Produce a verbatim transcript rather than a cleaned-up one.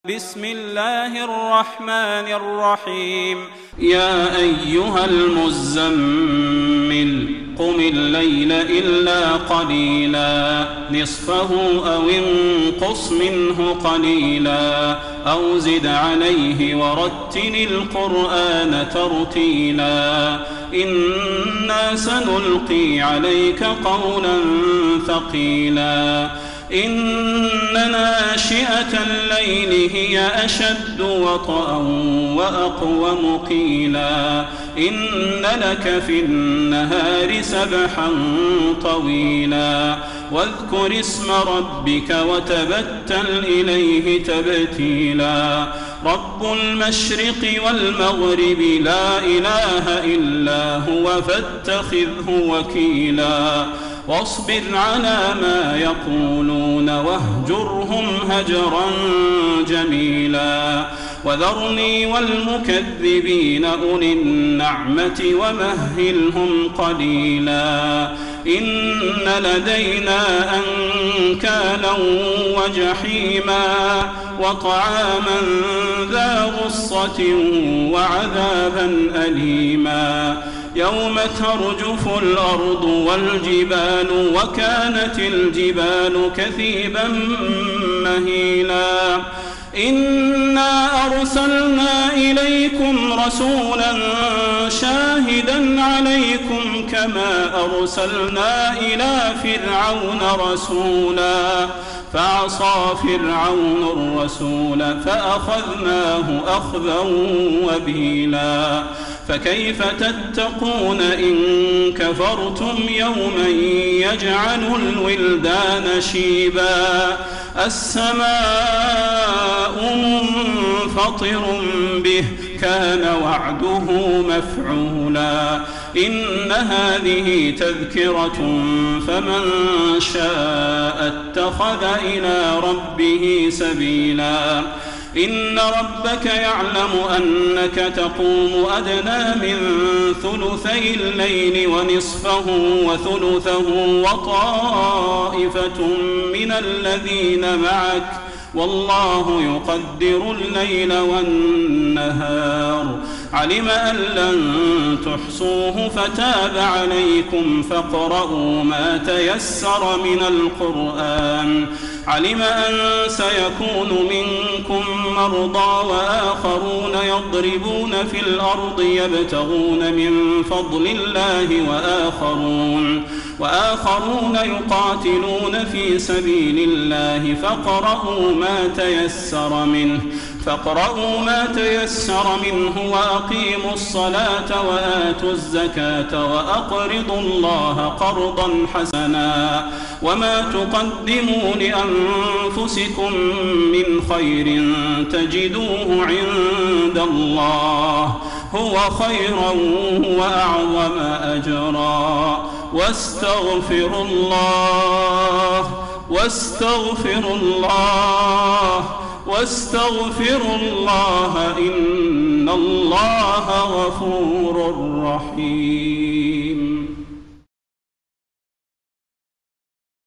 بسم الله الرحمن الرحيم يا أيها المزمل قم الليل إلا قليلا نصفه أو انقص منه قليلا أو زد عليه ورتل القرآن ترتيلا إنا سنلقي عليك قولا ثقيلا إن ناشئة الليل هي أشد وطئا وأقوم قيلا إن لك في النهار سبحا طويلا واذكر اسم ربك وتبتل إليه تبتيلا رب المشرق والمغرب لا إله إلا هو فاتخذه وكيلا واصبر على ما يقولون واهجرهم هجرا جميلا وذرني والمكذبين أولي النعمة ومهلهم قليلا إن لدينا أنكالا وجحيما وطعاما ذا غصة وعذابا أليما يوم ترجف الأرض والجبال وكانت الجبال كثيبا مهيلا إنا أرسلنا إليكم رسولا شاهدا عليكم كما أرسلنا إلى فرعون رسولا فعصى فرعون الرسول فأخذناه أخذا وبيلا فكيف تتقون إن كفرتم يوما يجعل الولدان شيبا السماء منفطر به كان وعده مفعولا إن هذه تذكرة فمن شاء اتخذ إلى ربه سبيلا إن ربك يعلم أنك تقوم أدنى من ثلثي الليل ونصفه وثلثه وطائفة من الذين معك والله يقدر الليل والنهار علم أن لن تحصوه فتاب عليكم فاقرؤوا ما تيسر من القرآن علم أن سيكون منكم مرضى وآخرون يضربون في الأرض يبتغون من فضل الله وآخرون وآخرون يقاتلون في سبيل الله فاقرؤوا ما تيسر منه فاقرؤوا ما تيسر منه وأقيموا الصلاة وآتوا الزكاة وأقرضوا الله قرضا حسنا وما تقدموا لأنفسكم من خير تجدوه عند الله هو خيرا وأعظم أجرا واستغفروا الله واستغفروا الله واستغفروا الله إن الله غفور رحيم.